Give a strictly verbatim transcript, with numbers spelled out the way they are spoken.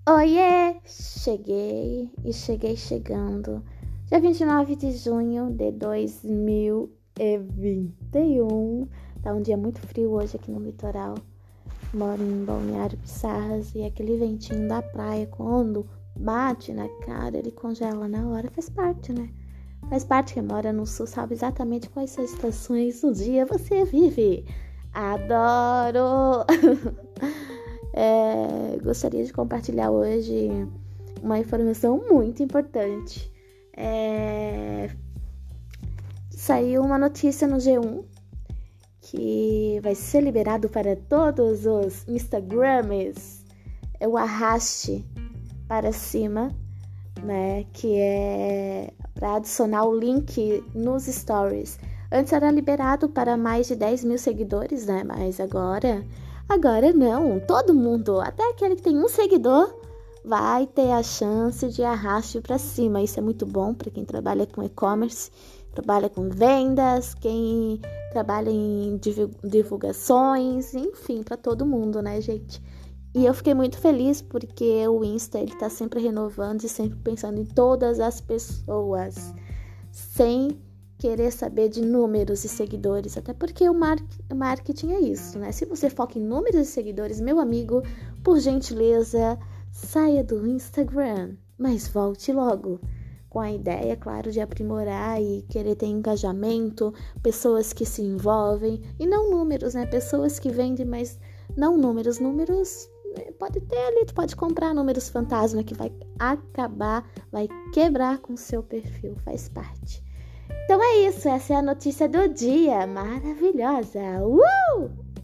Oiê! Cheguei e cheguei chegando. Dia vinte e nove de junho de dois mil e vinte e um. Tá um dia muito frio hoje aqui no litoral. Moro em Balneário Pissarras e aquele ventinho da praia, quando bate na cara, ele congela na hora. Faz parte, né? Faz parte. Quem mora no sul sabe exatamente quais são as estações do dia você vive. Adoro! É, gostaria de compartilhar hoje uma informação muito importante. É, saiu uma notícia no G um que vai ser liberado para todos os Instagrams o arraste para cima, né? Que é para adicionar o link nos stories. Antes era liberado para mais de dez mil seguidores, né? Mas agora... Agora não, todo mundo, até aquele que tem um seguidor, vai ter a chance de arraste para cima. Isso é muito bom para quem trabalha com e-commerce, trabalha com vendas, quem trabalha em divulgações, enfim, para todo mundo, né, gente? E eu fiquei muito feliz porque o Insta, ele tá sempre renovando e sempre pensando em todas as pessoas, sem querer saber de números e seguidores, até porque o, mar- o marketing é isso, né? Se você foca em números e seguidores, meu amigo, por gentileza, saia do Instagram, mas volte logo, com a ideia, claro, de aprimorar e querer ter engajamento, pessoas que se envolvem, e não números, né? Pessoas que vendem, mas não números. Números, né? Pode ter ali, tu pode comprar números fantasma que vai acabar, vai quebrar com o seu perfil, faz parte. Então é isso, essa é a notícia do dia, maravilhosa! Uh!